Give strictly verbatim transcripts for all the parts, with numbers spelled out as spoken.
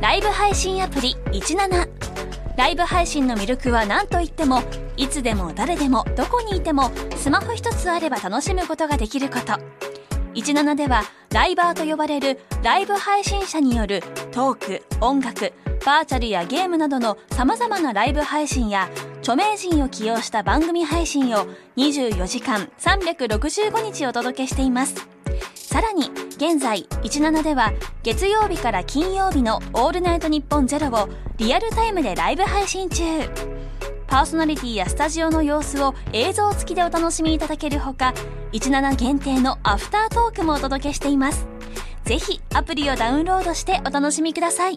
ライブ配信アプリいちなな。ライブ配信の魅力は何といっても、いつでも誰でもどこにいてもスマホ一つあれば楽しむことができること。いちななではライバーと呼ばれるライブ配信者によるトーク、音楽、バーチャルやゲームなどの様々なライブ配信や、著名人を起用した番組配信をにじゅうよじかんさんびゃくろくじゅうごにちお届けしています。さらに現在いちななでは月曜日から金曜日のオールナイトニッポンゼロをリアルタイムでライブ配信中。パーソナリティやスタジオの様子を映像付きでお楽しみいただけるほか、いちなな限定のアフタートークもお届けしています。ぜひアプリをダウンロードしてお楽しみください。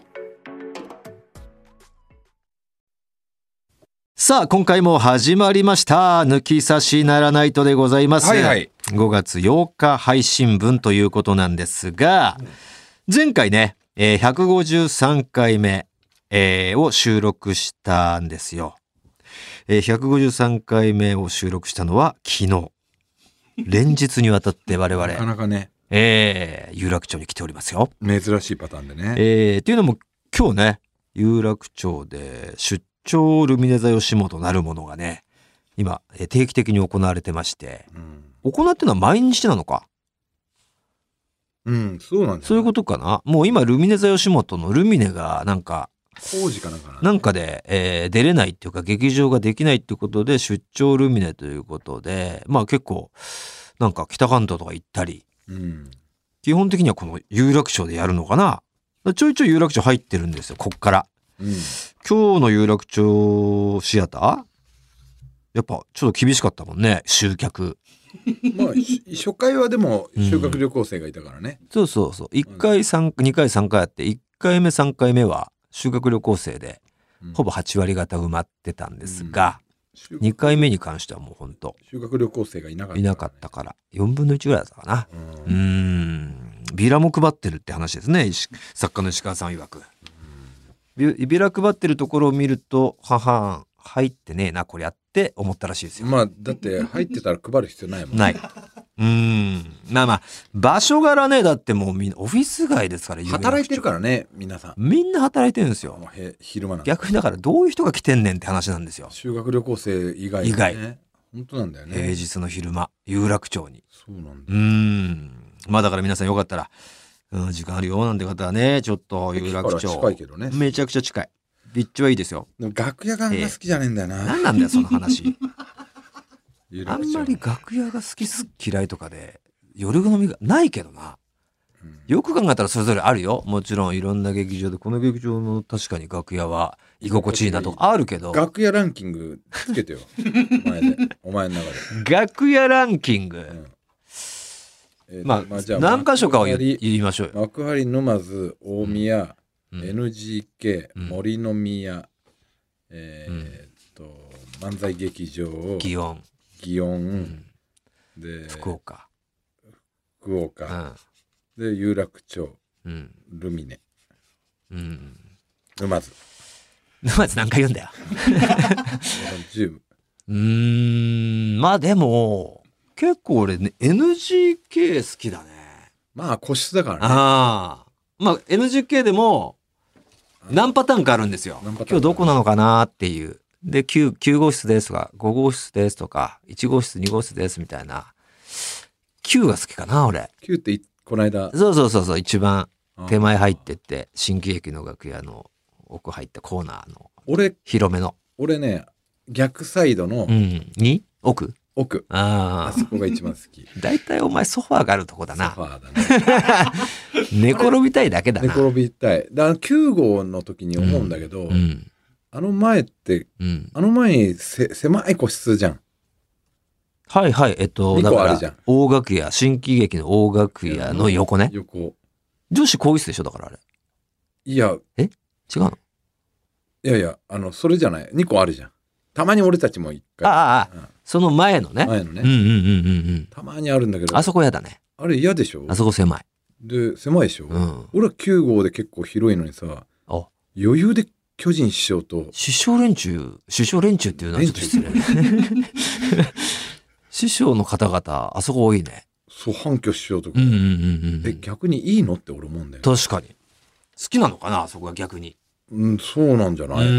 さあ今回も始まりました抜き差しならないとでございます、 はいはい、 ごがつようか配信分ということなんですが、前回ね、えー、ひゃくごじゅうさんかいめ、えー、を収録したんですよ、えー、ひゃくごじゅうさんかいめを収録したのは昨日、連日にわたって我々 なかなかね、 えー、有楽町に来ておりますよ。 珍しいパターンでね、 えー、っていうのも今日ね、有楽町で出張ルミネ座吉本なるものがね、今定期的に行われてまして、うん、行ってるのは毎日なのか、 うん、そうなんだ、ね、 そういうことかな。もう今ルミネ座吉本のルミネがなんか工事かなんかな、ね、 なんかで、えー、出れないっていうか劇場ができないっていうことで出張ルミネということで、まあ結構なんか北関東とか行ったり、うん、基本的にはこの有楽町でやるのかな。ちょいちょい有楽町入ってるんですよ、こっから、うん、今日の有楽町シアターやっぱちょっと厳しかったもんね、集客。 まあ初回はでも修学旅行生がいたからね、 うん、そうそうそう、いっかいさんにかいさんかいあって、いっかいめさんかいめは修学旅行生で、うん、ほぼはちわり方埋まってたんですが、うん、にかいめに関してはもうほんと修学旅行生がいなかったから、ね、 いなかったからよんぶんのいちぐらいだったかな。うん、うーんビラも配ってるって話ですね、作家の石川さん曰く。ビ, ビラ配ってるところを見ると、ははん入ってねえなこりゃって思ったらしいですよ。 まあだって入ってたら配る必要ないもんね。 ない。うーんまあまあ場所柄ね、だってもうみんなオフィス街ですから、 働いてるからね、皆さんみんな働いてるんですよ。 昼間なん逆にだからどういう人が来てんねんって話なんですよ。 修学旅行生以外、ね、 以外本当なんだよね。 平日の昼間有楽町に。 そうなんだ。 うーんまあだから皆さんよかったら、うん、時間あるよなんて方はね、ちょっと有楽町近いけどね、 めちゃくちゃ近い。立地はいいですよ。 でも楽屋が好きじゃねえんだよな、 えー、何なんだよその話あんまり楽屋が好き嫌いとかで夜飲みがないけどな、うん、よく考えたらそれぞれあるよ。もちろんいろんな劇場で、この劇場の確かに楽屋は居心地いいなとかあるけど、 楽屋ランキングつけてよお前でお前の中で楽屋ランキング、うん、えー、まあ、まあ、じゃあ何箇所かを言いましょうよ。 幕張、沼津、大宮、うん、エヌジーケー、うん、森の宮、えー、っと、うん、漫才劇場、 祇園、 祇園、うん、 で福岡、 福岡、うん、で有楽町、うん、ルミネ、うん、沼津、 沼津何回言うんだようーんまあでも結構俺ね エヌジーケー 好きだね。 まあ個室だからね。 ああまあ エヌジーケー でも何パターンかあるんですよ。今日どこなのかなっていう。で 9, きゅう号室ですとかご号室ですとかいち号室に号室ですみたいな。きゅうが好きかな俺。 きゅうってこの間。 そうそうそうそう、一番手前入ってって新喜劇の楽屋の奥入ったコーナーの俺広めの。 俺ね逆サイドの、 うん、に奥奥あ, あそこが一番好き。 だいたいお前ソファーがあるとこだな。 ソファーだね寝転びたいだけだな。 寝転びたい。だからきゅう号の時に思うんだけど、うんうん、あの前って、うん、あの前にせ狭い個室じゃん。 はいはい、えっとだから大楽屋、新喜劇の大楽屋の横ね。 横。 女子更衣室でしょだからあれ。 いやえ違うの？ いやいやあのそれじゃない。にこあるじゃん。たまに俺たちも一回。 ああ、うん、その前のね。 前のね。 うんうんうんうんうん。 たまにあるんだけど。 あそこやだね。 あれ嫌でしょ？ あそこ狭い。 で狭いでしょ？うん、俺はきゅう号で結構広いのにさ、余裕で巨人師匠と師匠連中師匠連中っていうのはちょっと失礼師匠の方々あそこ多いね。 そう反響師匠とか、 うんうんうんうん、 え逆にいいのって俺思うんだよ、ね、 確かにきなのかなそこが逆に。 うん、そうなんじゃない。 うん。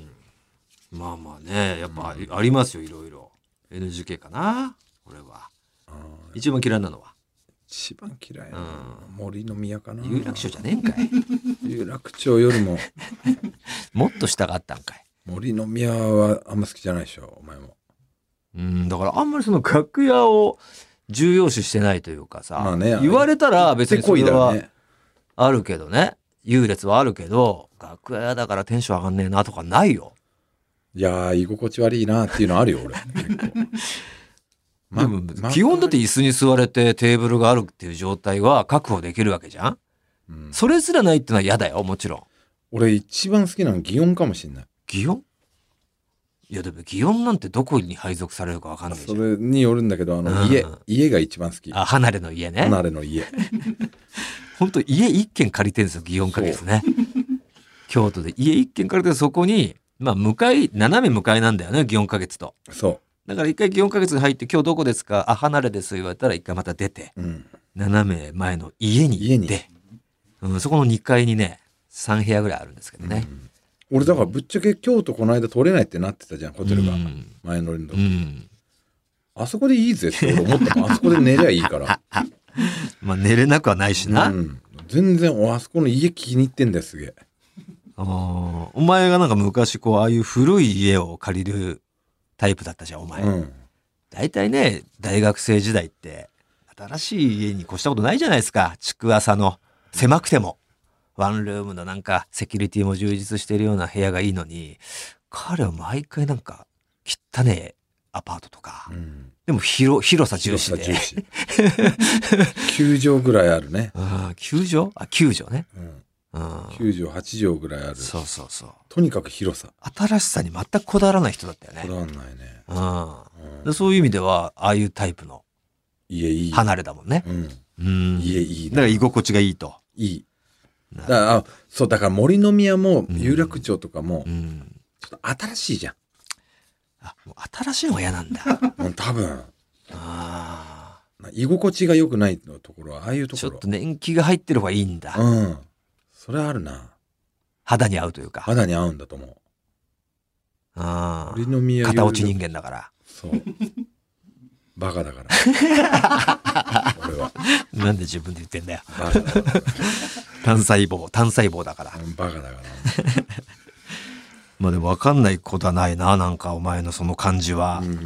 まあまあね、やっぱありますよ、いろいろ。エヌジーケー かなこれは。一番嫌いなのは。 一番嫌いなのは森の宮かな。 有楽町じゃねえんかい。 有楽町よりももっと下があったんかい。 森の宮はあんま好きじゃないでしょお前も。 うん、だからあんまりその楽屋を重要視してないというかさ、 まあね、 言われたら別にそれはあるけどね、優劣はあるけど、楽屋だからテンション上がんねえなとかないよ。 いやー居心地悪いなっていうのあるよ俺結構。 でも基本だって椅子に座れてテーブルがあるっていう状態は確保できるわけじゃん、うん、それすらないってのは嫌だよもちろん。 俺一番好きなの祇園かもしんない。 祇園？いやでも祇園なんてどこに配属されるか分かんないじゃん。 それによるんだけどあの家、うん、家が一番好き。 あ、離れの家ね。 離れの家本当家一軒借りてるんですよ祇園花月ね。京都で家一軒借りてそこにまあ向かい斜め向かいなんだよね祇園花月と。 そうだから一回祇園花月に入って今日どこですか、あ離れです言われたら一回また出て、うん、斜め前の家に行って、うん、そこのにかいにねさん部屋ぐらいあるんですけどね、 うん、俺だからぶっちゃけ京都この間取れないってなってたじゃんホテルが、うん、前乗りの時、うん、あそこでいいぜって俺思ったもん。あそこで寝りゃいいからまあ寝れなくはないしな、うん、 全然あそこの家気に入ってんだよすげえ。 あお前がなんか昔こうああいう古い家を借りるタイプだったじゃんお前、うん、だいたいね大学生時代って新しい家に越したことないじゃないですか。築浅の狭くてもワンルームのなんかセキュリティも充実してるような部屋がいいのに、彼は毎回なんか汚ねえアパートとか、うん、でも 広, 広さ重視できゅう畳ぐらいあるね。 あきゅう畳あきゅう畳ね、 うんうん、きゅう畳はち畳ぐらいある。 そうそうそう。 とにかく広さ。 新しさに全くこだわらない人だったよね。 こだわらないね、 うんうん、でそういう意味ではああいうタイプの家いい離れだもんね、 うんうん、家いいだから居心地がいいと。 いいだからあそうだから森の宮も有楽町とかも、うん、ちょっと新しいじゃん。 あもう新しいのが嫌なんだ多分あ居心地が良くないのところはああいうところちょっと年季が入ってる方がいいんだ。 うんそれあるな。 肌に合うというか肌に合うんだと思う。 あ森の宮片落ち人間だから。 そうバカだから俺は。 なんで自分で言ってんだよ。 バカだから単細胞単細胞だから。 バカだからまあでも分かんないことはないななんかお前のその感じは、うん、うん、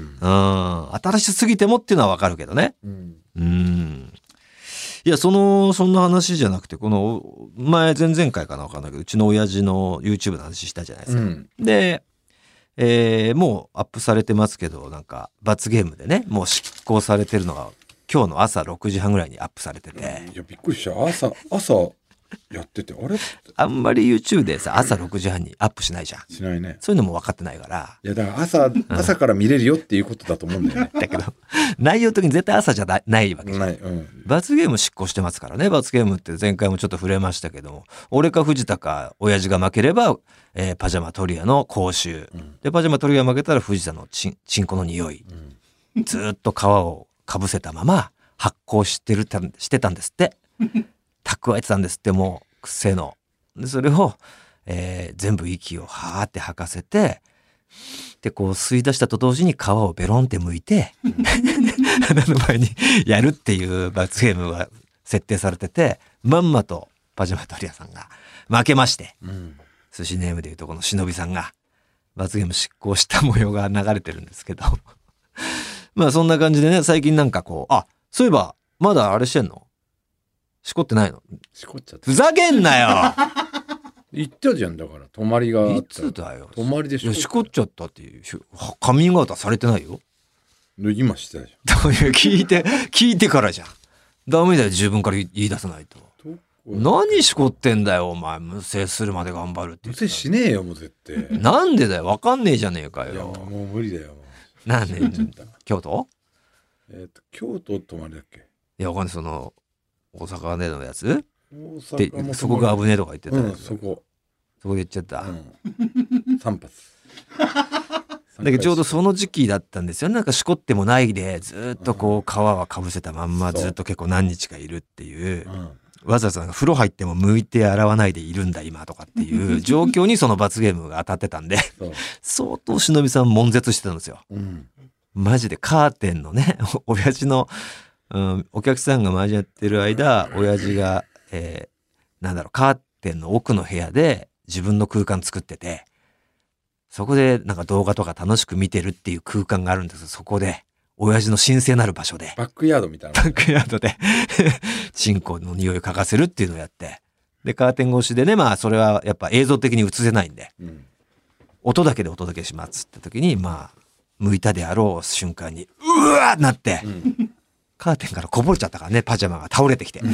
新しすぎてもっていうのは分かるけどね。うん、うんいやそのそんな話じゃなくてこの前前々回かな分かんないけどうちの親父の YouTube の話したじゃないですか、うん、で、えー、もうアップされてますけどなんか罰ゲームでねもう執行されてるのが今日の朝ろくじはんぐらいにアップされてて、 うん、いやびっくりした朝朝やっててあれあんまり YouTube でさ朝ろくじはんにアップしないじゃん。 しないね。 そういうのも分かってないからいやだから朝、うん、朝から見れるよっていうことだと思うんだよねだけど内容的に絶対朝じゃないわけじゃん。 ない、うん、 罰ゲーム執行してますからね。罰ゲームって前回もちょっと触れましたけども俺か藤田か親父が負ければ、えー、パジャマトリアの講習、うん、でパジャマトリア負けたら藤田のチン、チンコの匂い、うん、ずっと皮をかぶせたまま発酵してるしてたんですって蓄えてたんですってもう癖のでそれを、えー、全部息をはーって吐かせてでこう吸い出したと同時に皮をベロンって剥いて鼻の前にやるっていう罰ゲームが設定されててまんまとパジャマトリアさんが負けまして、うん、寿司ネームでいうとこの忍さんが罰ゲーム執行した模様が流れてるんですけどまあそんな感じでね最近なんかこうあそういえばまだあれしてんのしこってないの？ しこっちゃった。 ふざけんなよ言ったじゃんだから泊まりがあった。 いつだよ泊まりでしこっちゃった。しこっちゃったっていうカミングアウトはされてないよ。 今してたじゃん聞いて聞いてからじゃん。ダメだよ自分から言い出さないと。何しこってんだよお前無制するまで頑張るって。 無制しねえよもう絶対。 なんでだよ分かんねえじゃねえかよ。 いやもう無理だよ。 なんで京都？ えっと京都泊まりだっけ？ いやわかんないその大阪でのやつでそこが危ねえとか言ってたやつ、 うん、そこそこで言っちゃった、 うん、さん発だけどちょうどその時期だったんですよ。なんかしこってもないでずっとこう皮はかぶせたまんまずっと結構何日かいるっていう、 わざわざなんか風呂入っても向いて洗わないでいるんだ今とかっていう状況にその罰ゲームが当たってたんで相当忍さん悶絶してたんですよ、うん、マジでカーテンのね親父の、うん、お客さんが麻雀やってる間親父が、えー、なんだろうカーテンの奥の部屋で自分の空間作っててそこでなんか動画とか楽しく見てるっていう空間があるんですよ。そこで親父の神聖なる場所でバックヤードみたいなバックヤードでチンコの匂いを嗅がせるっていうのをやってでカーテン越しでねまあそれはやっぱ映像的に映せないんで、うん、音だけでお届けしますって時にまあ向いたであろう瞬間にうわーってなって、うん、カーテンからこぼれちゃったからねパジャマが倒れてきて、うん、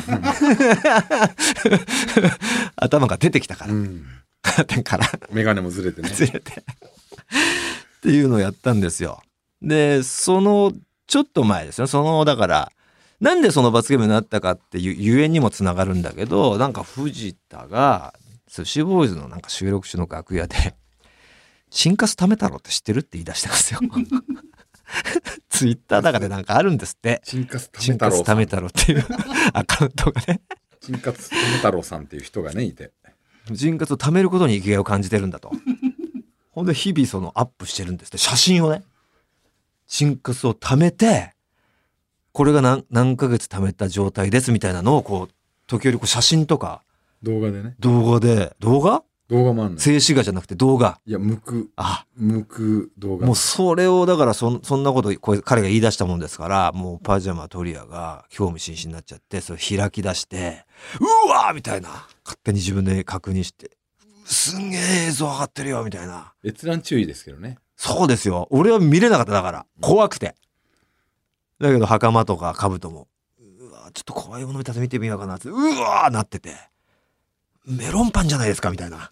頭が出てきたから、うん、カーテンからメガネもずれてねずれてっていうのをやったんですよ。でそのちょっと前ですよそのだからなんでその罰ゲームになったかっていうゆえんにもつながるんだけどなんか藤田が寿司ボーイズのなんか収録中の楽屋でチンカスタメ太郎って知ってるって言い出してますよツイッターだからなんかあるんですってチンカスタメ太郎っていうアカウントがねチンカスタメ太郎さんっていう人がねいてチンカスを貯めることに生きがいを感じてるんだとほんで日々そのアップしてるんですって写真をねチンカスを貯めてこれが 何, 何ヶ月貯めた状態ですみたいなのをこう時折こう写真とか動画でね動画で動画動画もあんの静止画じゃなくて動画いや向くあ向く動画もうそれをだから そ, そんなことこれ彼が言い出したもんですからもうパジャマトリアが興味津々になっちゃってそれ開き出してうわーみたいな勝手に自分で確認してすんげえ映像上がってるよみたいな閲覧注意ですけどねそうですよ俺は見れなかっただから怖くてだけど袴とか兜もうわちょっと怖いもの見たら見てみようかなってうわーなっててメロンパンじゃないですかみたいな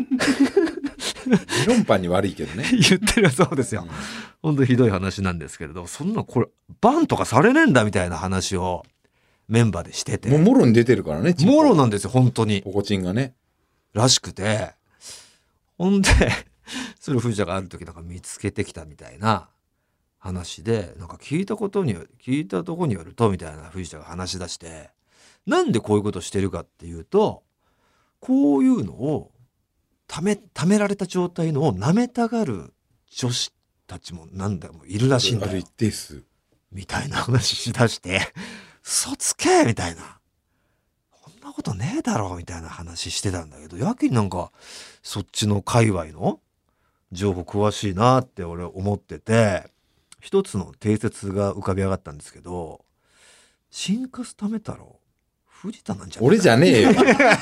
メロンパンに悪いけどね言ってるそうですよ、うん、ほんとひどい話なんですけれどそんなこれバンとかされねえんだみたいな話をメンバーでしててもうもろに出てるからねもろなんですよ本当にポコチンがねらしくてほんでそれを藤田がある時なんか見つけてきたみたいな話でなんか聞いたことに聞いたとこによるとみたいな藤田が話し出してなんでこういうことしてるかっていうとこういうのをためためられた状態のを舐めたがる女子たちもなんだもいるらしいんだよある一定数みたいな話しだして嘘つけみたいなこんなことねえだろみたいな話してたんだけどやけになんかそっちの界隈の情報詳しいなって俺思ってて一つの定説が浮かび上がったんですけどチンカスタメ太郎藤田なんじゃない俺じゃねえよ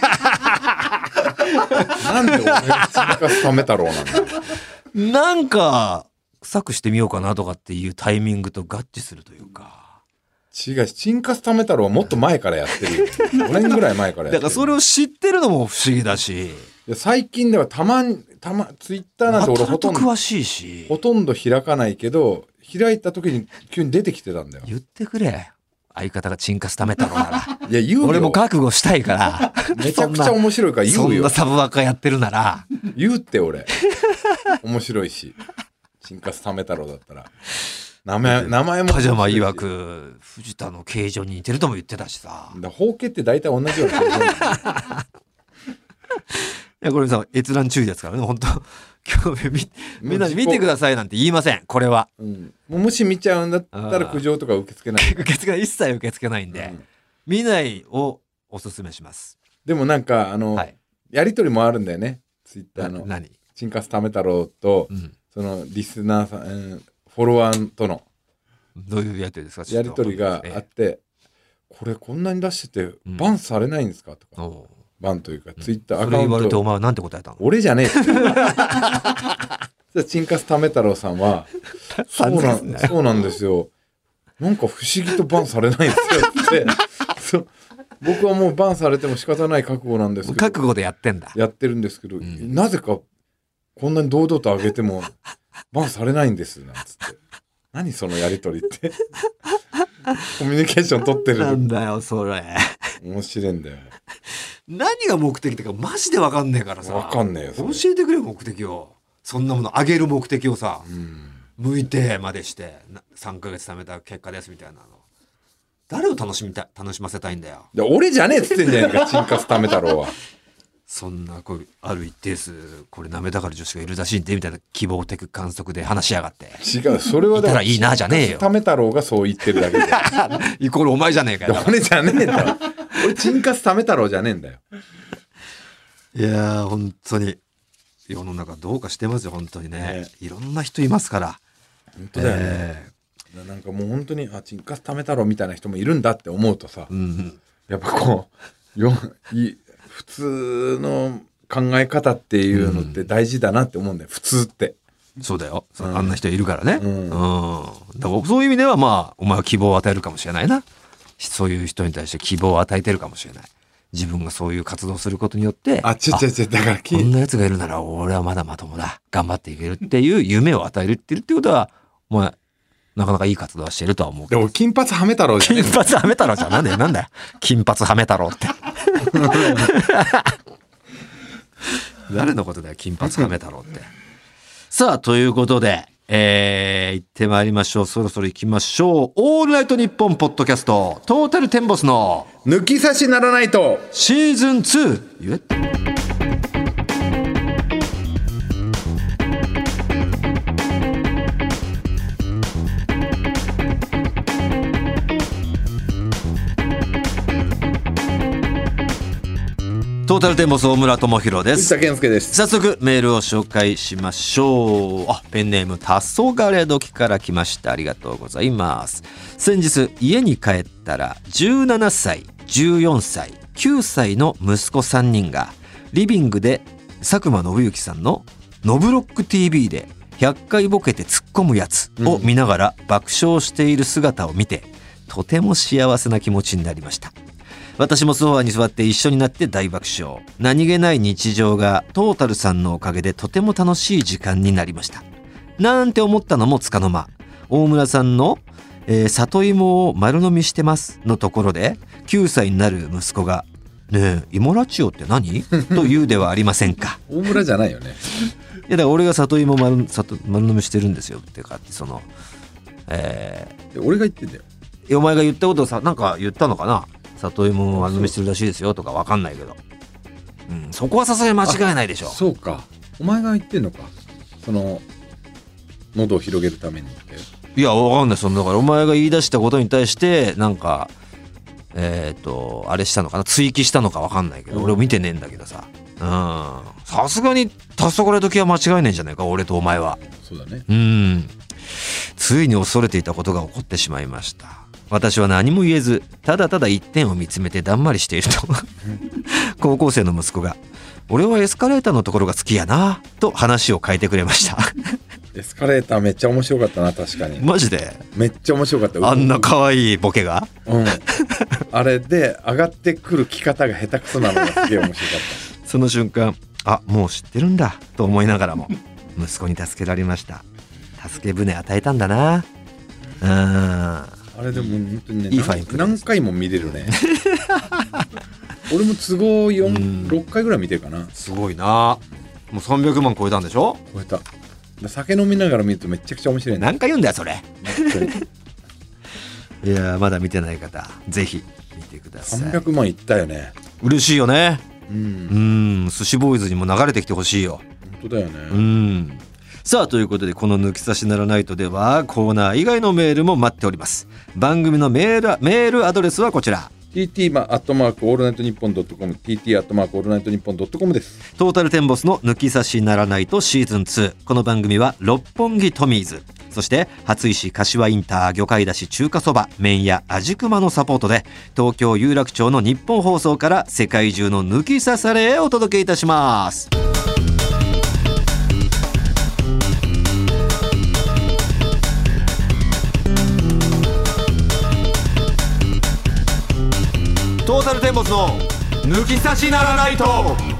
なんで俺がチンカスタメ太郎なんだよなんか臭くしてみようかなとかっていうタイミングと合致するというか違うチンカスタメ太郎はもっと前からやってるよごねんぐらい前からやってるだからそれを知ってるのも不思議だしいや最近ではたまにたまツイッターなんて俺ほとんど詳しいしほとんど開かないけど開いた時に急に出てきてたんだよ言ってくれ相方がチンカスタメ太郎ならいや言うよ俺も覚悟したいからめちゃくちゃ面白いから言うよそんなサブワカやってるなら言うって俺面白いしチンカスタメ太郎だったら名前名前もパジャマ曰く藤田の形状に似てるとも言ってたしさだ包茎って大体同じような形状なんだいやこれさ閲覧注意ですからね本当今日み, みんな見てくださいなんて言いませんこれは、 うん、もし見ちゃうんだったら苦情とか受け付けない受け付けない一切受け付けないんで、うん、見ないをおすすめしますでもなんかあの、はい、やり取りもあるんだよねツイッターの何チンカスタメ太郎と、うん、そのリスナーさん、うん、フォロワーとのどういうやり取りですかやり取りがあって、ええ、これこんなに出しててバンされないんですかとか、うん、バンというか、うん、ツイッターアカウントそれ言われてお前はなんて答えたの俺じゃねえってチンカスタメ太郎さんはそうな、そうなんですよなんか不思議とバンされないんですよってそう僕はもうバンされても仕方ない覚悟なんですけど覚悟でやってんだやってるんですけど、うん、なぜかこんなに堂々と上げてもバンされないんですなんつって何そのやりとりってコミュニケーション取ってるなんだよそれ面白いんだよ何が目的ってかマジで分かんねえからさ分かんねえよ教えてくれよ目的をそんなもの上げる目的をさ、うん、向いてまでしてさんかげつ貯めた結果ですみたいなの誰を楽しみたい楽しませたいんだよ。 で俺じゃねえっつってんじゃねえかチンカスタメ太郎は。 そんなこうある一定数これ舐めたがる女子がいるらしいんでみたいな希望的観測で話しやがって。 違う、それはだからいたらいいなじゃねえよ。 タメ太郎がそう言ってるだけでイコールお前じゃねえかよ。 俺じゃねえんだよ。俺チンカスタメ太郎じゃねえんだよ。 いやー本当に世の中どうかしてますよ本当に ね, ねいろんな人いますから。 本当だよね、えー、なんかもう本当にあチンカスタメ太郎みたいな人もいるんだって思うとさ、うんうん、やっぱこうよい普通の考え方っていうのって大事だなって思うんだよ、うん、普通って。 そうだよ、うん、あんな人いるからね、うんうん、だからそういう意味ではまあお前は希望を与えるかもしれないな。そういう人に対して希望を与えてるかもしれない。自分がそういう活動をすることによってあちょちょちょだからこんなやつがいるなら俺はまだまともだ頑張っていけるっていう夢を与えるってるってことはお前なかなかいい活動はしてるとは思うけど。 でも金髪ハメ太郎じゃねえ。 金髪ハメ太郎じゃなんだよなんだよ金髪ハメ太郎って誰のことだよ金髪ハメ太郎ってさあということでえー、行ってまいりましょう。そろそろ行きましょう。オールナイトニッポンポッドキャストトータルテンボスの抜き差しならないとシーズンツー言えトータルテンボス大村智弘です。 藤田健介です。 早速メールを紹介しましょう。あ、ペンネーム黄昏時から来ました。ありがとうございます。先日家に帰ったらじゅうななさい、じゅうよんさい、きゅうさいの息子さんにんがリビングで佐久間信之さんのノブロック ティーブイ でひゃっかいボケて突っ込むやつを見ながら爆笑している姿を見て、とても幸せな気持ちになりました。私もソファーに座って一緒になって大爆笑。何気ない日常がトータルさんのおかげでとても楽しい時間になりました。なんて思ったのもつかの間、大村さんの、えー、里芋を丸飲みしてますのところできゅうさいになる息子がねえ芋ラチオって何と言うではありませんか。 大村じゃないよね。 いやだから俺が里芋 丸, 里丸飲みしてるんですよってかってその、えー、俺が言ってんだよ。 お前が言ったことをさなんか言ったのかな。里芋も丸飲みしてるらしいですよとかわかんないけど、うん、そこはさすがに間違いないでしょ。 そうかお前が言ってんのかその喉を広げるためにって。 いやわかんないそのだからお前が言い出したことに対してなんかえっ、ー、とあれしたのかな追記したのかわかんないけど、うん、俺見てねえんだけどささすがに黄昏時は間違いないんじゃないか俺とお前は。 そうだね。 うんついに恐れていたことが起こってしまいました。私は何も言えずただただ一点を見つめてだんまりしていると高校生の息子が俺はエスカレーターのところが好きやなと話を変えてくれましたエスカレーターめっちゃ面白かったな。確かにマジでめっちゃ面白かった。 あんな可愛いボケが、 うん、あれで上がってくる着方が下手くそなのがすげえ面白かったその瞬間あもう知ってるんだと思いながらも息子に助けられました。助け舟与えたんだな。うんあれでも本当にねいいファインプレー何回も見れるね俺も都合よん、ろっかいぐらい見てるかな。 すごいな。もうさんびゃくまん超えたんでしょ。 超えた。酒飲みながら見るとめちゃくちゃ面白いね。 何回言うんだよそれいやまだ見てない方ぜひ見てください。 さんびゃくまんいったよね。 嬉しいよね。 うん、 うん寿司ボーイズにも流れてきてほしいよ。 本当だよね。 うんさあということでこの抜き差しならないとではコーナー以外のメールも待っております。番組のメール、メールアドレスはこちらティーティー アットマークオールナイトニッポンドットコム ティーティー アットマークオールナイトニッポンドットコムです。 トータルテンボスの抜き差しならないとシーズンツー。この番組は六本木トミーズそして初石柏インター魚介だし中華そば麺屋味熊のサポートで東京有楽町の日本放送から世界中の抜き差されへお届けいたします。トータルテンボスの抜き差しならないと。